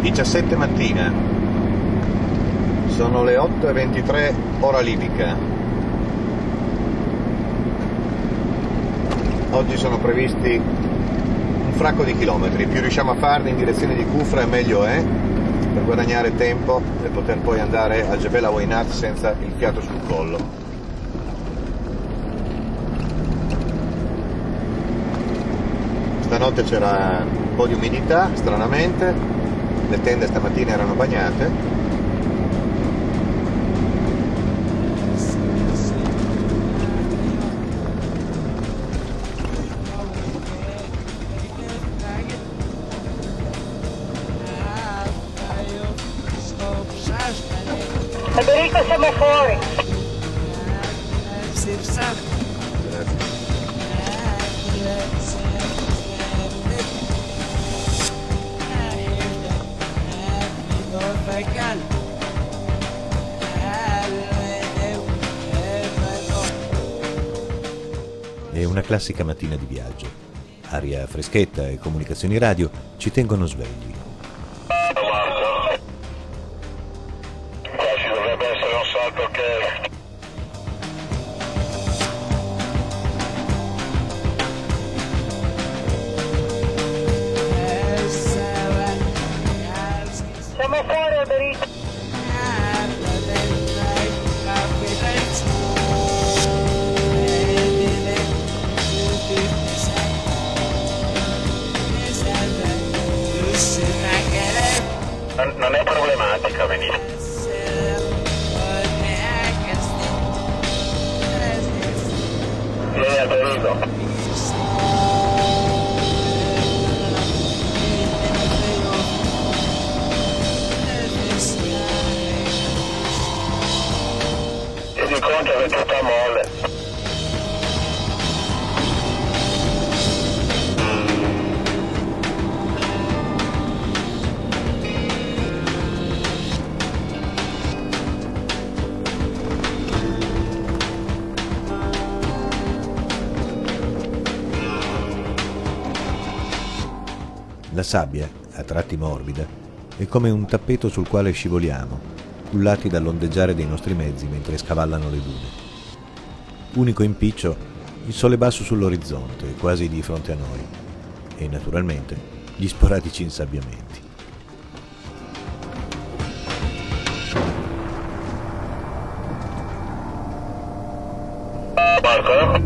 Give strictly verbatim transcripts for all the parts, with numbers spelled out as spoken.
diciassette mattina, sono le otto e ventitré ora libica. Oggi sono previsti un fracco di chilometri, più riusciamo a farli in direzione di Kufra meglio è, per guadagnare tempo e poter poi andare a Jebel Aweinat senza il fiato sul collo. Stanotte c'era un po' di umidità, stranamente, le tende stamattina erano bagnate. Federico, siamo fuori. È una classica mattina di viaggio. Aria freschetta e comunicazioni radio ci tengono svegli. Qua ci dovrebbe essere un salto che... Siamo fuori, Federico. Non è problematica, venite. Vieni al pericolo. Ti di conto che è tutta molle. La sabbia, a tratti morbida, è come un tappeto sul quale scivoliamo, cullati dall'ondeggiare dei nostri mezzi mentre scavallano le dune. Unico impiccio, il sole basso sull'orizzonte, quasi di fronte a noi, e naturalmente gli sporadici insabbiamenti. Marco?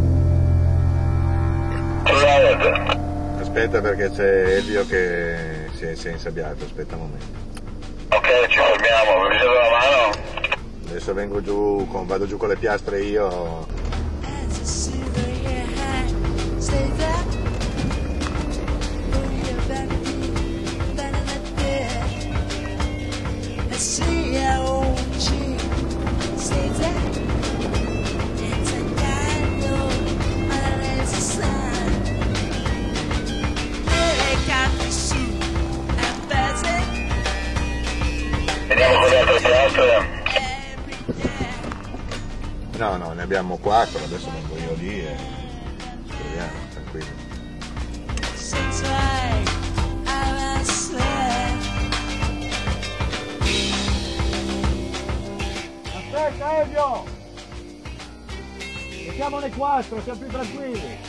Ci vede? Aspetta perché c'è Elio che si è, si è insabbiato, aspetta un momento. Ok, ci fermiamo, mi siete la mano? Adesso vengo giù, con, vado giù con le piastre io. Vediamo con le altre piastre. No, no, ne abbiamo quattro, adesso vengo io lì e speriamo, tranquillo. Aspetta Elio! Siamo le quattro, siamo più tranquilli.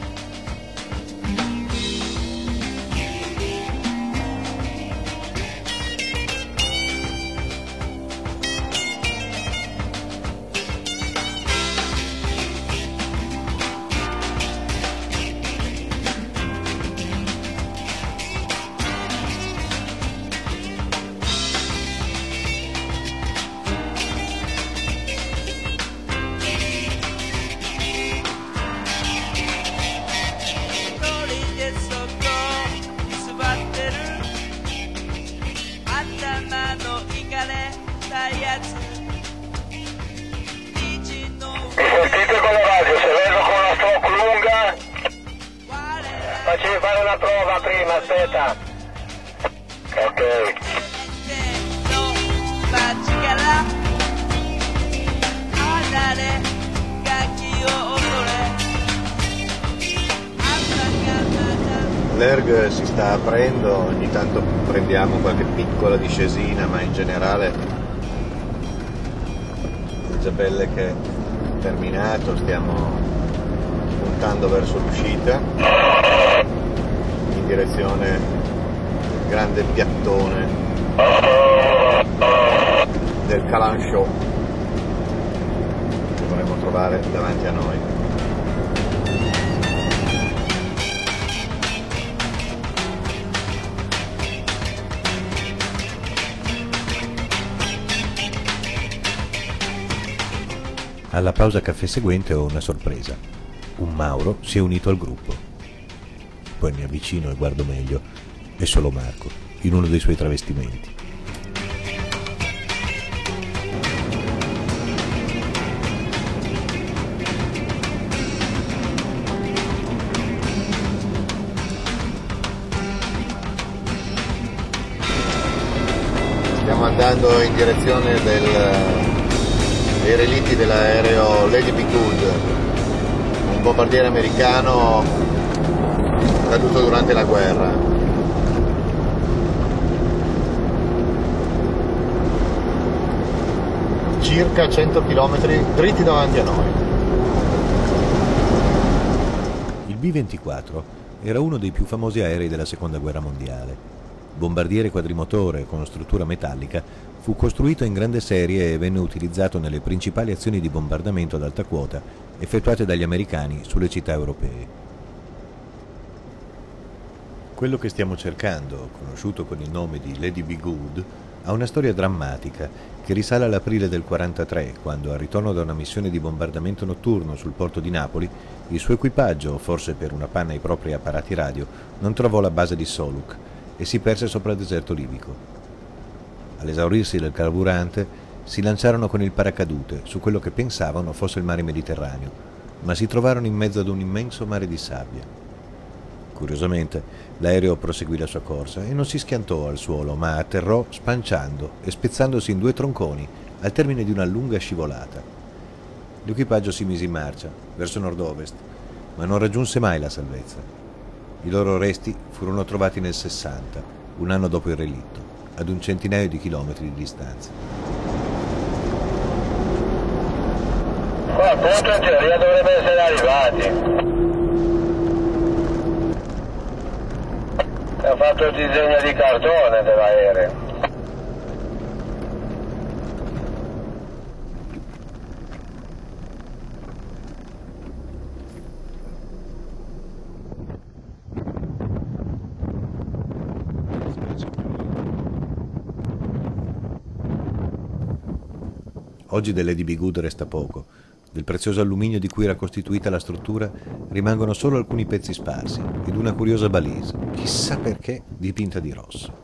Sentite con la radio, se vedo con una stroke lunga, facciamo fare una prova prima, aspetta. Ok. L'erg si sta aprendo, ogni tanto prendiamo qualche piccola discesina, ma in generale il Jebel che è terminato, stiamo puntando verso l'uscita in direzione del grande piattone del Kalan Show che vorremmo trovare davanti a noi. Alla pausa caffè seguente ho una sorpresa. Un Mauro si è unito al gruppo. Poi mi avvicino e guardo meglio. È solo Marco, in uno dei suoi travestimenti. Stiamo andando in direzione del dei relitti dell'aereo Lady Be Good, un bombardiere americano caduto durante la guerra. Circa cento chilometri dritti davanti a noi. Il B ventiquattro era uno dei più famosi aerei della Seconda Guerra Mondiale. Bombardiere quadrimotore con struttura metallica, fu costruito in grande serie e venne utilizzato nelle principali azioni di bombardamento ad alta quota effettuate dagli americani sulle città europee. Quello che stiamo cercando, conosciuto con il nome di Lady Be Good, ha una storia drammatica che risale all'aprile del quarantatré, quando al ritorno da una missione di bombardamento notturno sul porto di Napoli, il suo equipaggio, forse per una panna ai propri apparati radio, non trovò la base di Soluk e si perse sopra il deserto libico. All'esaurirsi del carburante, si lanciarono con il paracadute su quello che pensavano fosse il mare Mediterraneo, ma si trovarono in mezzo ad un immenso mare di sabbia. Curiosamente, l'aereo proseguì la sua corsa e non si schiantò al suolo, ma atterrò spanciando e spezzandosi in due tronconi al termine di una lunga scivolata. L'equipaggio si mise in marcia, verso nord-ovest, ma non raggiunse mai la salvezza. I loro resti furono trovati nel sessanta, un anno dopo il relitto, ad un centinaio di chilometri di distanza. Qua appunto in teoria dovrebbe essere arrivati. Ha fatto il disegno di cartone dell'aereo. Oggi del Lady Be Good resta poco. Del prezioso alluminio di cui era costituita la struttura rimangono solo alcuni pezzi sparsi ed una curiosa balise, chissà perché, dipinta di rosso.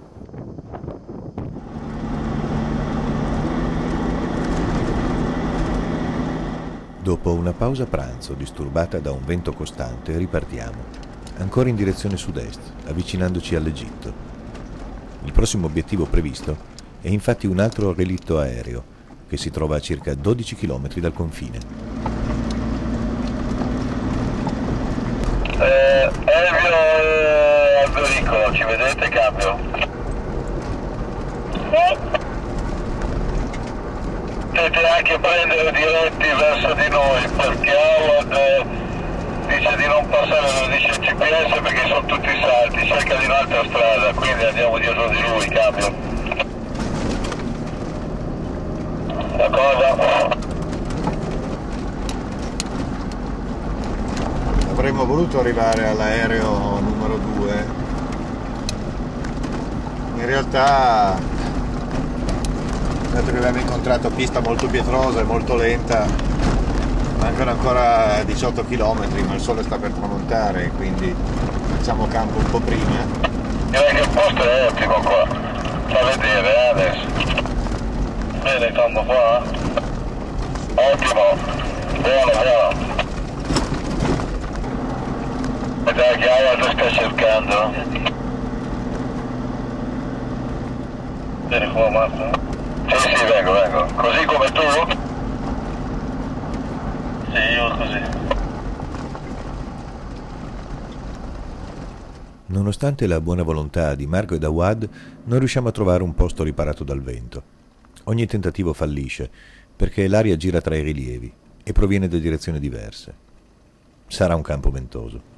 Dopo una pausa pranzo disturbata da un vento costante, ripartiamo, ancora in direzione sud-est, avvicinandoci all'Egitto. Il prossimo obiettivo previsto è infatti un altro relitto aereo, che si trova a circa dodici chilometri dal confine. Eh, Elvio e Alberico, ci vedete, cambio? Sì, Potete anche prendere diretti verso di noi, perché Howard eh, dice di non passare, lo dice il G P S perché sono tutti salti, cerca di un'altra strada, quindi andiamo dietro di lui, cambio. D'accordo? Avremmo voluto arrivare all'aereo numero due. In realtà, dato che abbiamo incontrato pista molto pietrosa e molto lenta, mancano ancora diciotto chilometri, ma il sole sta per tramontare, quindi facciamo campo un po' prima. Direi che il posto è ottimo qua, fa vedere eh, adesso. Bene, campo qua? Ottimo, buono, buono. E dai che Howard sta cercando. Vieni qua, Marco? Sì, sì, vengo, vengo. Così come tu? Sì, io così. Nonostante la buona volontà di Marco ed Awad, non riusciamo a trovare un posto riparato dal vento. Ogni tentativo fallisce, perché l'aria gira tra i rilievi e proviene da direzioni diverse. Sarà un campo ventoso.